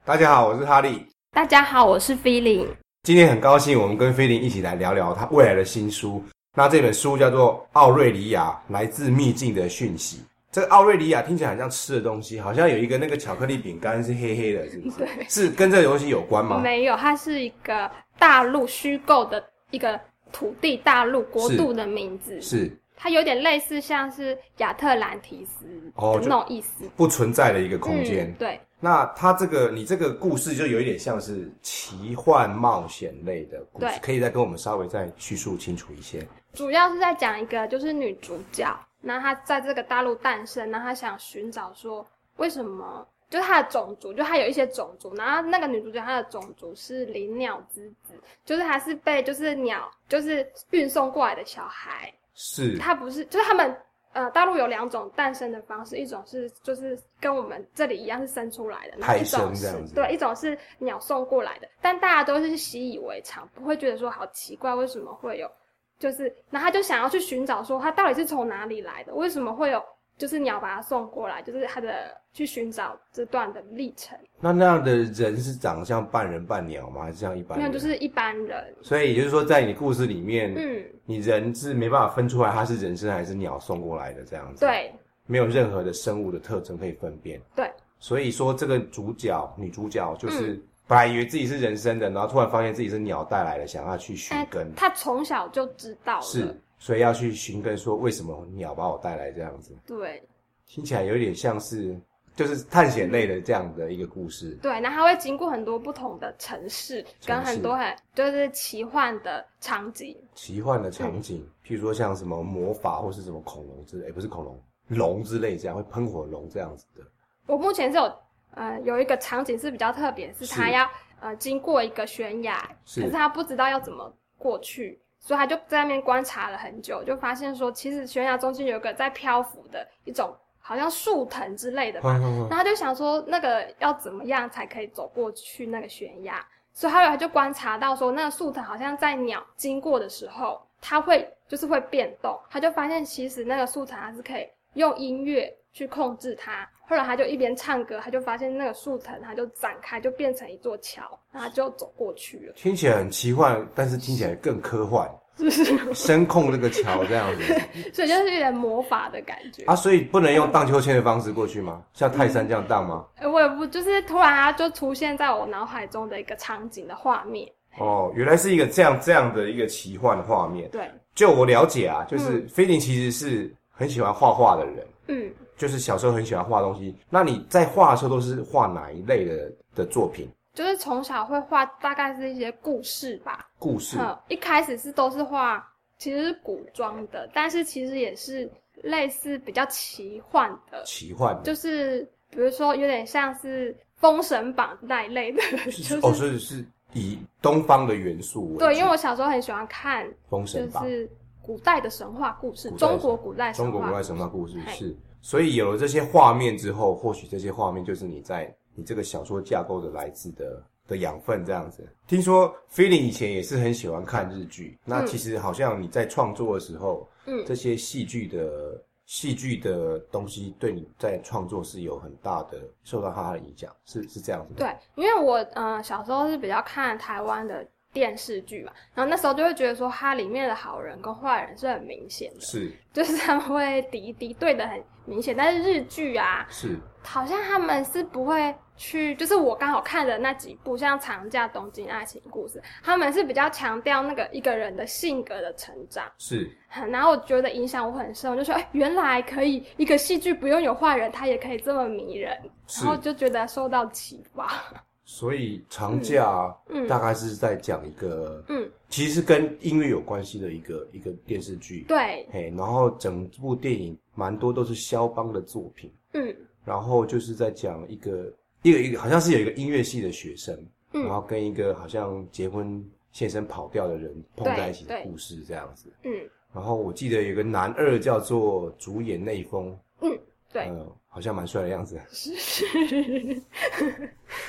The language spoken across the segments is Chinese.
大家好，我是哈利。 大家好，我是菲林。 今天很高兴，我们跟菲林一起来聊聊他未来的新书。那这本书叫做《奥瑞里亚：来自秘境的讯息》。这个奥瑞里亚听起来很像吃的东西，好像有一个那个巧克力饼干是黑黑的，是不是？ 对， 是跟这个东西有关吗？ 没有，它是一个大陆虚构的一个土地，大陆国度的名字。 是。 它有点类似像是亚特兰提斯的那种意思， 不存在的一个空间。 对。 那它你这个故事就有一点像是奇幻冒险类的故事，可以再跟我们稍微再叙述清楚一些。 主要是在讲一个就是女主角，那她在这个大陆诞生，那她想寻找说为什么就是她的种族，就她有一些种族，然后那个女主角她的种族是灵鸟之子，就是她是被就是鸟就是运送过来的小孩。 是， 它不是，就是他们大陆有2种诞生的方式，一种是就是跟我们这里一样是生出来的，然后一种是对，一种是鸟送过来的，但大家都是习以为常，不会觉得说好奇怪为什么会有，就是然后他就想要去寻找说他到底是从哪里来的，为什么会有就是鸟把它送过来，就是他的去寻找这段的历程。那样的人是长像半人半鸟吗？还是像一般人？ 没有，就是一般人。 所以也就是说，在你故事里面，你人是没办法分出来他是人生还是鸟送过来的这样子。 对， 没有任何的生物的特征可以分辨。 对， 所以说这个女主角就是本来以为自己是人生的，然后突然发现自己是鸟带来的，想要去寻根。 她从小就知道了。 是。所以要去寻根说为什么鸟把我带来这样子。 对， 听起来有点像是就是探险类的这样的一个故事。 对，然后它会经过很多不同的城市跟很多就是奇幻的场景。 奇幻的场景，譬如说像什么魔法或是什么恐龙之类，不是恐龙，龙之类这样会喷火龙这样子的。 我目前是有一个场景是比较特别，是他要经过一个悬崖，可是他不知道要怎么过去。所以他就在那边观察了很久，就发现说其实悬崖中间有一个在漂浮的一种好像树藤之类的吧，然后他就想说那个要怎么样才可以走过去那个悬崖，所以他就观察到说那个树藤好像在鸟经过的时候它会变动，他就发现其实那个树藤它是可以用音乐去控制它，后来他就一边唱歌，他就发现那个树藤它就展开，就变成一座桥，然后就走过去了。 听起来很奇幻，但是听起来更科幻，声控这个桥这样子， 所以就是有点魔法的感觉啊。所以不能用荡秋千的方式过去吗？像泰山这样荡吗？ 我也不，就是突然它就出现在我脑海中的一个场景的画面。 哦，原来是一个这样的一个奇幻的画面。 对， 就我了解啊，就是菲林其实是很喜欢画画的人。就是小时候很喜欢画东西。那你在画的时候都是画哪一类的作品？ 就是从小会画，大概是一些故事吧。 故事。 一开始都是画，其实是古装的，但是其实也是类似比较奇幻的。 奇幻的。 就是比如说有点像是《封神榜》那一类的。 所以是以东方的元素为主。 对，因为我小时候很喜欢看《 封神榜》， 就是古代的神话故事，中国古代神话故事是。所以有了这些画面之后，或许这些画面就是你这个小说架构的来自的养分这样子。听说菲林以前也是很喜欢看日剧，那其实好像你在创作的时候，这些戏剧的东西对你在创作是有很大的受到它的影响，是这样子吗？ 对，因为我小时候是比较看台湾的电视剧嘛，然后那时候就会觉得说它里面的好人跟坏人是很明显的， 是， 就是他们会敌对的很明显，但是日剧啊， 是好像他们是不会去，就是我刚好看的那几部像长假、东京爱情故事，他们是比较强调那个一个人的性格的成长， 是， 然后我觉得影响我很深，我就说原来可以一个戏剧不用有坏人他也可以这么迷人，然后就觉得受到启发。 所以长假大概是在讲一个其实是跟音乐有关系的一个电视剧。 对， 然后整部电影蛮多都是肖邦的作品。然后就是在讲一个好像是有一个音乐系的学生，然后跟一个好像结婚现身跑掉的人碰在一起的故事这样子。然后我记得有个男二叫做主演内丰。对，好像蛮帅的样子。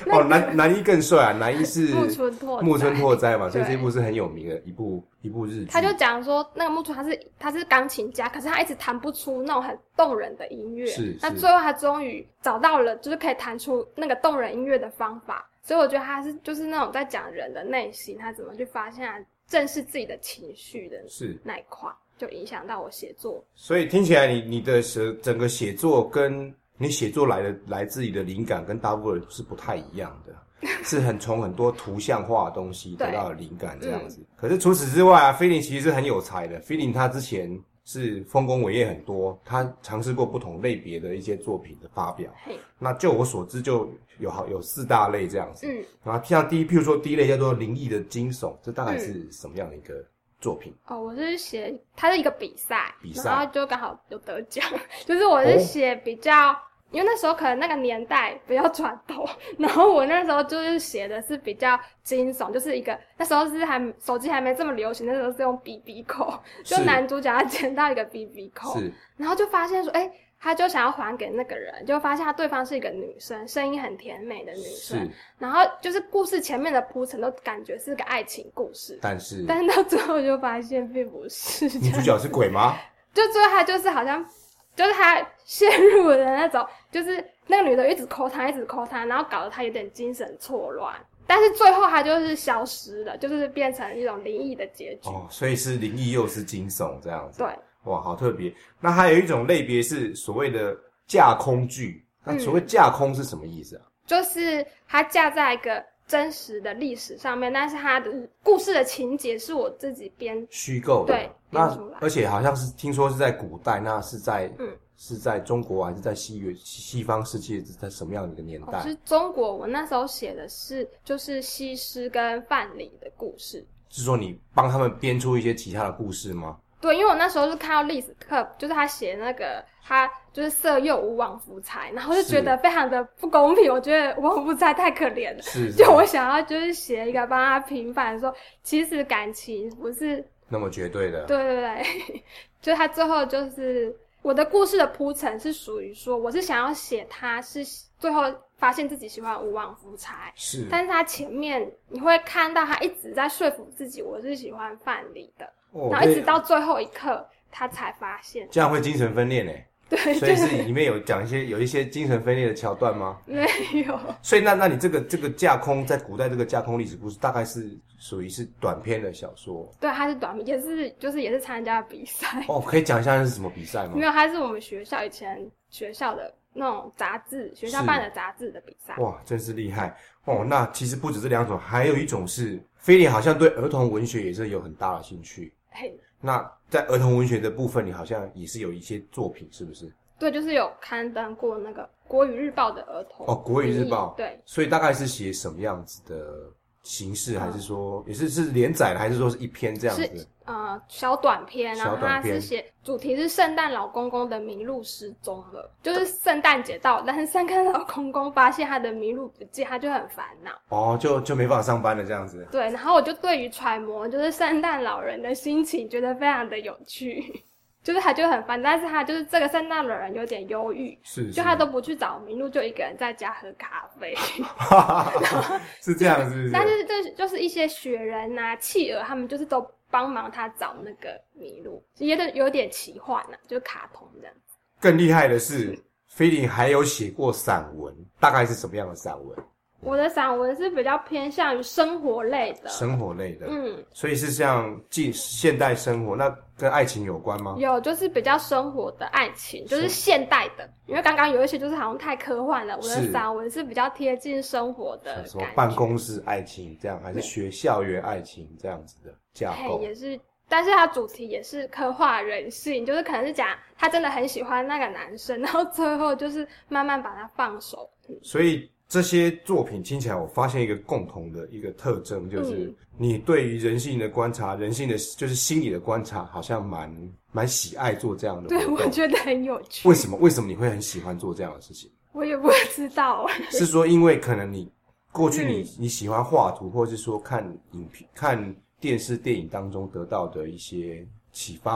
哦，男一更帅啊，男一是木村拓哉嘛，所以这部是很有名的一部日剧。 他就讲说，那个木村他是钢琴家，可是他一直弹不出那种很动人的音乐。那最后他终于找到了，就是可以弹出那个动人音乐的方法。所以我觉得他就是那种在讲人的内心，他怎么去发现正视自己的情绪的那一块，就影响到我写作。 所以听起来你的整个写作跟你写作来自你的灵感跟大部分人是不太一样的，是从很多图像化的东西得到的灵感这样子。可是除此之外啊，菲林其实是很有才的。菲林他之前是丰功伟业很多，他尝试过不同类别的一些作品的发表。那就我所知就有4大类这样子。然后像譬如说第一类叫做灵异的惊悚，这大概是什么样的一个作品？ 我是写它是一个比赛，然后就刚好有得奖。就是我是写比较，因为那时候可能那个年代比较传统，然后我那时候就是写的是比较惊悚，就是一个那时候是手机还没这么流行，那时候是用 BB 扣，就男主角他捡到一个 BB 扣，然后就发现说，他就想要还给那个人，就发现他对方是一个女生，声音很甜美的女生，然后就是故事前面的铺陈都感觉是个爱情故事，但是到最后就发现并不是。 女主角是鬼吗？ 就最后他就是好像就是他陷入了那种，就是那个女的一直抠他，然后搞得他有点精神错乱。但是最后他就是消失了，就是变成一种灵异的结局。 所以是灵异又是惊悚这样子。 对。 哇，好特别。那还有一种类别是所谓的架空剧。那所谓架空是什么意思啊？ 就是它架在一个真实的历史上面，但是它的故事的情节是我自己编虚构的。 对，编出来。 而且好像是听说是在古代，那是在中国还是在西方世界，在什么样的一个年代？ 是中国。我那时候写的是就是西施跟范蠡的故事。 是说你帮他们编出一些其他的故事吗？ 对，因为我那时候是看到历史课，就是他写那个他就是色诱吴王夫差，然后就觉得非常的不公平，我觉得吴王夫差太可怜了，就我想要就是写一个帮他平反，说其实感情不是那么绝对的。 对，就他最后就是我的故事的铺陈是属于说，我是想要写他是最后发现自己喜欢吴王夫差，但是他前面你会看到他一直在说服自己我是喜欢范蠡的。然后一直到最后一刻，他才发现， 这样会精神分裂呢。 对， 所以是里面有一些精神分裂的桥段吗？ 没有。 所以那你这个架空在古代这个架空历史故事，大概是属于是短篇的小说。 对，它是短篇，也是参加比赛。 可以讲一下是什么比赛吗？ 没有，它是我们学校以前学校的那种杂志，学校办的杂志的比赛。 哇，真是厉害那其实不止这2种，还有一种是菲林好像对儿童文学也是有很大的兴趣。那在儿童文学的部分，你好像也是有一些作品，是不是？ 对，就是有刊登过那个《国语日报》的儿童。 国语日报。 对。 所以大概是写什么样子的形式，还是说也是连载的，还是说是一篇这样子？ 是小短篇，然后它是写主题是圣诞老公公的麋鹿失踪了，就是圣诞节到，但是圣诞老公公发现他的麋鹿不见，他就很烦恼。 就没办法上班了这样子。 对，然后我就对于揣摩就是圣诞老人的心情觉得非常的有趣。就是他就很烦，但是他就是这个圣诞老人有点忧郁，就他都不去找麋鹿，就一个人在家喝咖啡。 是这样是不是？ 但是这就是一些雪人啊、企鹅，他们就是都帮忙他找那个麋鹿，也有点奇幻啊，就是卡通这样子。 更厉害的是，菲林还有写过散文，大概是什么样的散文？ 我的散文是比较偏向于生活类的， 所以是像现代生活，那跟爱情有关吗？ 有，就是比较生活的爱情，就是现代的。因为刚刚有一些就是好像太科幻了，我的散文是比较贴近生活的感觉。 说办公室爱情这样，还是校园爱情这样子的架构？ 也是，但是它主题也是刻画人性，就是可能是讲他真的很喜欢那个男生，然后最后就是慢慢把他放手。 所以这些作品听起来，我发现一个共同的一个特征，就是你对于人性的观察，人性的就是心理的观察，好像蛮喜爱做这样的活动。 对，我觉得很有趣。 为什么你会很喜欢做这样的事情？ 我也不知道。 是说因为可能你过去你喜欢画图，或是说看影片、看电视、电影当中得到的一些启发吗？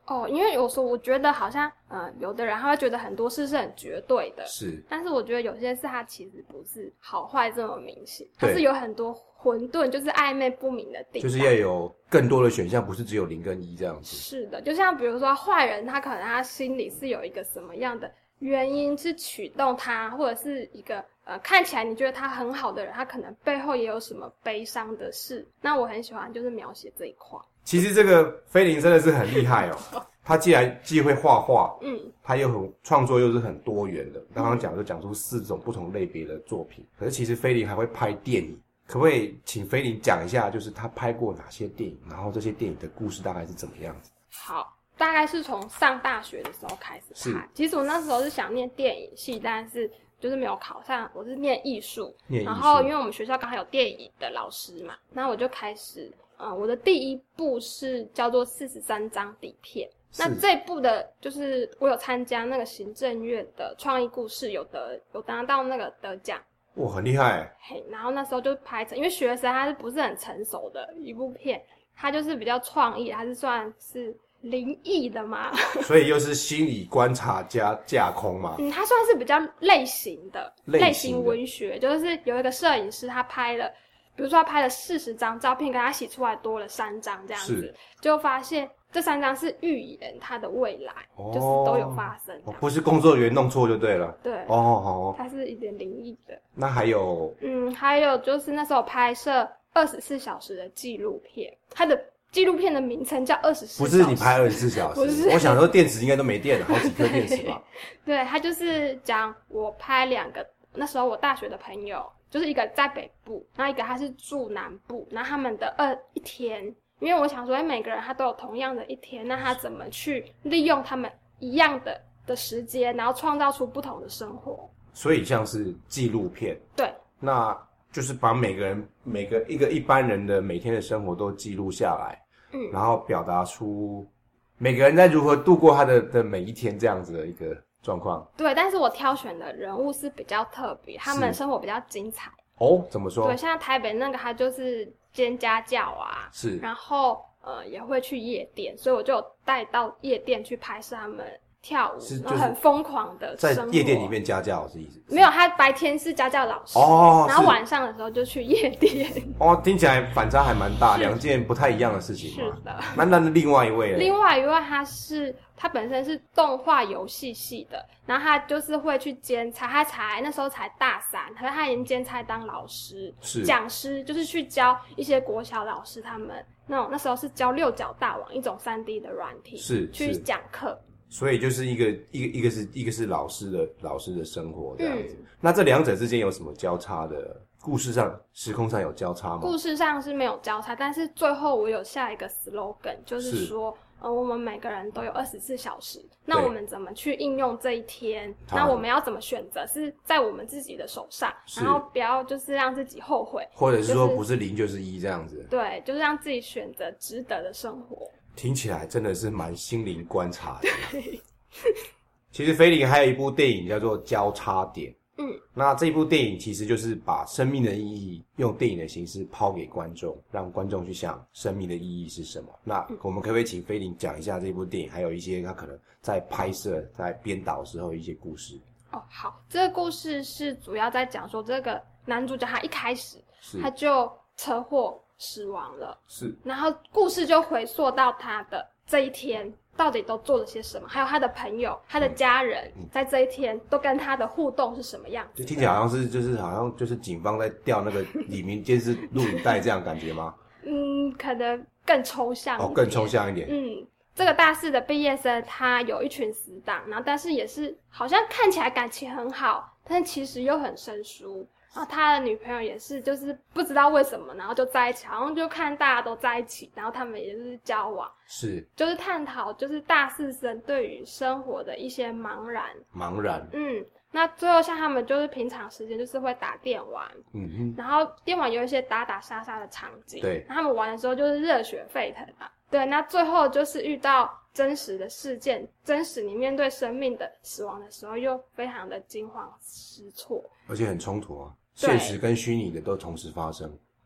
因为有时候我觉得好像，有的人他会觉得很多事是很绝对的， 是， 但是我觉得有些事它其实不是好坏这么明显，它是有很多混沌，就是暧昧不明的地方， 就是要有更多的选项，不是只有0跟1这样子。 是的，就像比如说坏人，他可能他心里是有一个什么样的原因是驱动他，或者是一个看起来你觉得他很好的人，他可能背后也有什么悲伤的事。那我很喜欢就是描写这一块。 其实这个菲林真的是很厉害哦，他既会画画，他又很创作又是很多元的。刚刚就讲出4种不同类别的作品。可是其实菲林还会拍电影，可不可以请菲林讲一下，就是他拍过哪些电影，然后这些电影的故事大概是怎么样子？ 好，大概是从上大学的时候开始拍。其实我那时候是想念电影系，但是就是没有考上，我是念艺术。然后因为我们学校刚好有电影的老师嘛，那我就开始我的第一部是叫做43张底片。那这一部的就是我有参加那个行政院的创意故事，有拿到那个得奖。 哇，很厉害。 然后那时候就拍成，因为学生他是不是很成熟的一部片，他就是比较创意，他是算是灵异的嘛， 所以又是心理观察加架空嘛。 他算是比较类型文学，就是有一个摄影师他拍了，比如说他拍了40张照片，跟他洗出来多了3张这样子，就发现这3张是预言他的未来，就是都有发生。 不是工作人员弄错就对了。 对，它是一点灵异的。 那还有， 还有就是那时候拍摄24小时的纪录片，它的纪录片的名称叫24小时。 不是你拍24小时，不是。我想说电池应该都没电了，好几颗电池吧。 对，他就是讲我拍2个，那时候我大学的朋友，就是一个在北部，然后一个他是住南部，然后他们的一天。因为我想说，每个人他都有同样的一天，那他怎么去利用他们一样的时间，然后创造出不同的生活？ 所以像是纪录片， 对， 那就是把每个一般人的每天的生活都记录下来，然后表达出每个人在如何度过他的每一天这样子的一个状况。 对，但是我挑选的人物是比较特别，他们的生活比较精彩。 怎么说？ 对，像台北那个他就是兼家教啊， 是， 然后也会去夜店，所以我就有带到夜店去拍摄他们跳舞，然后很疯狂的生活。 在夜店里面家教是意思？ 没有，他白天是家教老师，然后晚上的时候就去夜店。 听起来反差还蛮大，2件不太一样的事情嘛。 是的。 那另外一位呢？ 另外一位他本身是动画游戏系的，然后他就是会去兼差，那时候才大3，可是他已经兼差当老师，讲师，就是去教一些国小老师他们那时候是教六角大王一种3D 的软体，去讲课。 所以就是一个是老师的生活这样子。那这2者之间有什么交叉的？故事上、时空上有交叉吗？故事上是没有交叉，但是最后我有下一个 slogan， 就是说，我们每个人都有24小时，那我们怎么去应用这一天？那我们要怎么选择？是在我们自己的手上，然后不要就是让自己后悔， 或者是说不是0就是1这样子。 对，就是让自己选择值得的生活。 听起来真的是蛮心灵观察的。其实菲林还有一部电影叫做《交叉点》。那这部电影其实就是把生命的意义用电影的形式抛给观众，让观众去想生命的意义是什么。那我们可不可以请菲林讲一下这部电影，还有一些他可能在拍摄、在编导的时候一些故事？ 好，这个故事是主要在讲说，这个男主角他一开始他就车祸死亡了，然后故事就回溯到他的这一天到底都做了些什么，还有他的朋友、他的家人在这一天都跟他的互动是什么样子？ 就听起来好像就是警方在调那个李明监视录影带这样感觉吗？ 可能更抽象一点。 更抽象一点。 这个大4的毕业生他有一群死党，然后但是也是好像看起来感情很好，但是其实又很生疏。然后他的女朋友也是，就是不知道为什么，然后就在一起，好像就看大家都在一起，然后他们也是交往，就是探讨就是大4生对于生活的一些茫然。那最后像他们就是平常时间就是会打电玩，然后电玩有一些打打杀杀的场景， 对， 他们玩的时候就是热血沸腾啊。对，那最后就是遇到真实的事件，真实你面对生命的死亡的时候，又非常的惊慌失措， 而且很冲突啊。现实跟虚拟的都同时发生。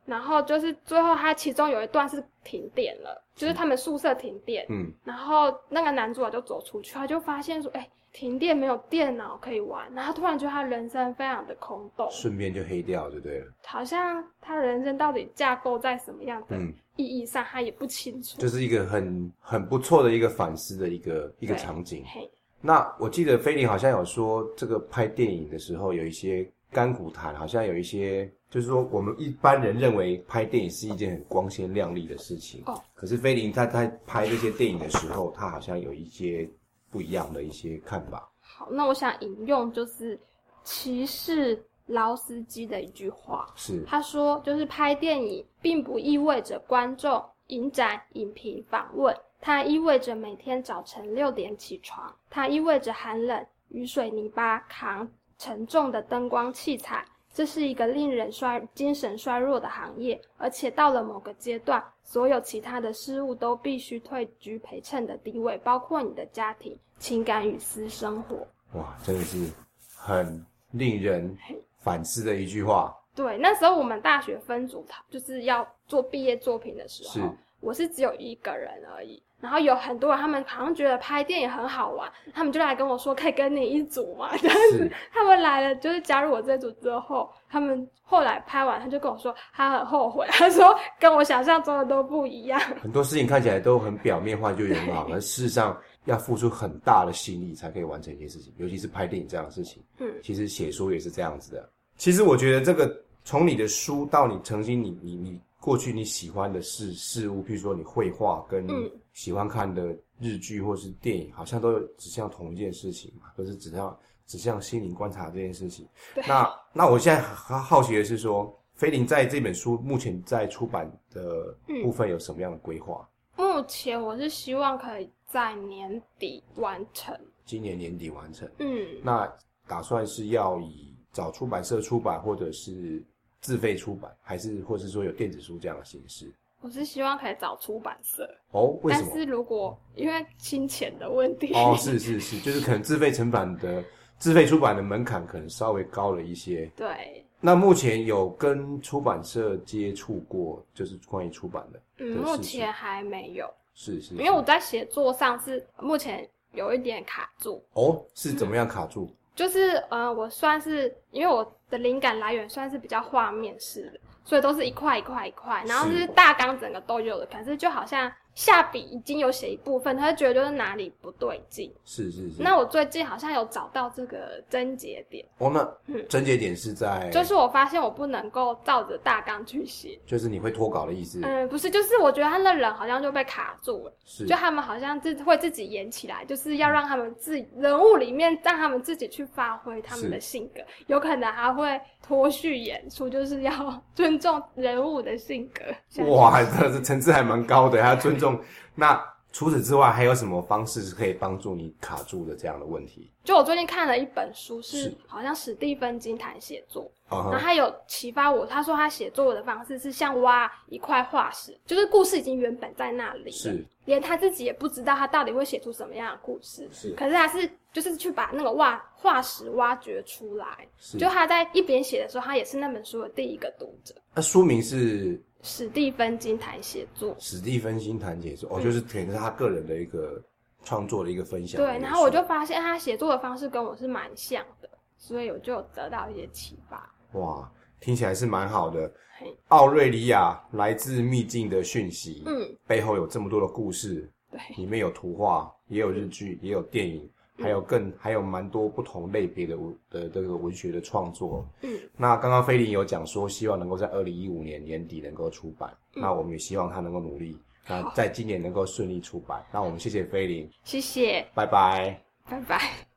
然后就是最后他其中有一段是停电了，就是他们宿舍停电，然后那个男主角就走出去，他就发现说停电没有电脑可以玩，然后他突然觉得他人生非常的空洞， 顺便就黑掉就对了， 好像他人生到底架构在什么样的意义上他也不清楚， 就是一个很不错的一个反思的一个场景。那我记得菲林好像有说这个拍电影的时候有一些甘苦谈，好像有一些就是说我们一般人认为拍电影是一件很光鲜亮丽的事情，可是菲林他在拍这些电影的时候，他好像有一些不一样的一些看法。 好，那我想引用就是骑士劳斯基的一句话， 是他说就是拍电影并不意味着观众、影展、影评、访问，它意味着每天早晨6点起床，它意味着寒冷与水泥巴扛沉重的灯光器材，这是一个令人精神衰弱的行业，而且到了某个阶段，所有其他的事物都必须退居陪衬的地位，包括你的家庭、情感与私生活。 哇，真的是很令人反思的一句话。 对，那时候我们大学分组就是要做毕业作品的时候，我是只有一个人而已，然后有很多人他们好像觉得拍电影很好玩，他们就来跟我说可以跟你一组嘛，这样子。他们来了就是加入我这组之后，他们后来拍完他就跟我说他很后悔，他说跟我想象中的都不一样，很多事情看起来都很表面化就圆满，而事实上要付出很大的心力才可以完成一件事情，尤其是拍电影这样的事情。其实写书也是这样子的。其实我觉得这个从你的书到你曾经你过去你喜欢的事物，譬如说你绘画跟喜欢看的日剧或是电影，好像都指向同一件事情嘛，都是指向心灵观察这件事情。那我现在好奇的是说，菲林在这本书目前在出版的部分有什么样的规划？ 目前我是希望可以在年底完成， 今年年底完成。那打算是要以找出版社出版，或者是自费出版，或是说有电子书这样的形式？ 我是希望可以找出版社。 为什么？ 但是如果因为金钱的问题。 是，就是可能自费出版的门槛可能稍微高了一些。 对。 那目前有跟出版社接触过，就是关于出版的？ 目前还没有。 是， 因为我在写作上是目前有一点卡住。 是怎么样卡住？ 就是我算是因为我的灵感来源算是比较画面式的，所以都是一块一块一块，然后是大纲整个都有的，可是就好像下笔已经有写一部分，他就觉得就是哪里不对劲。 是。 那我最近好像有找到这个症结点。 那症结点是在？就是我发现我不能够照着大纲去写。 就是你会脱稿的意思？ 不是，就是我觉得他的人好像就被卡住了。就他们好像会自己演起来，就是要让他们人物里面让他们自己去发挥他们的性格，有可能还会脱序演出，就是要尊重人物的性格。 哇，这层次还蛮高的，还要尊重。那除此之外还有什么方式是可以帮助你卡住的这样的问题？ 就我最近看了一本书，是好像史蒂芬金谈写作，然后他有启发我，他说他写作的方式是像挖一块化石，就是故事已经原本在那里了，连他自己也不知道他到底会写出什么样的故事，可是他就是去把那个化石挖掘出来，就他在一边写的时候，他也是那本书的第一个读者。 那书名是史蒂芬金谈写作。 史蒂芬金谈写作，就是可能是他个人的一个创作的一个分享。 对，然后我就发现他写作的方式跟我是蛮像的，所以我就得到一些启发。 哇，听起来是蛮好的。奥瑞里亚来自秘境的讯息，背后有这么多的故事， 对， 里面有图画，也有日剧，也有电影，还有蛮多不同类别的这个文学的创作。那刚刚菲林有讲说，希望能够在2015年年底能够出版，那我们也希望他能够努力，那在今年能够顺利出版。那我们谢谢菲林， 谢谢， 拜拜， 拜拜。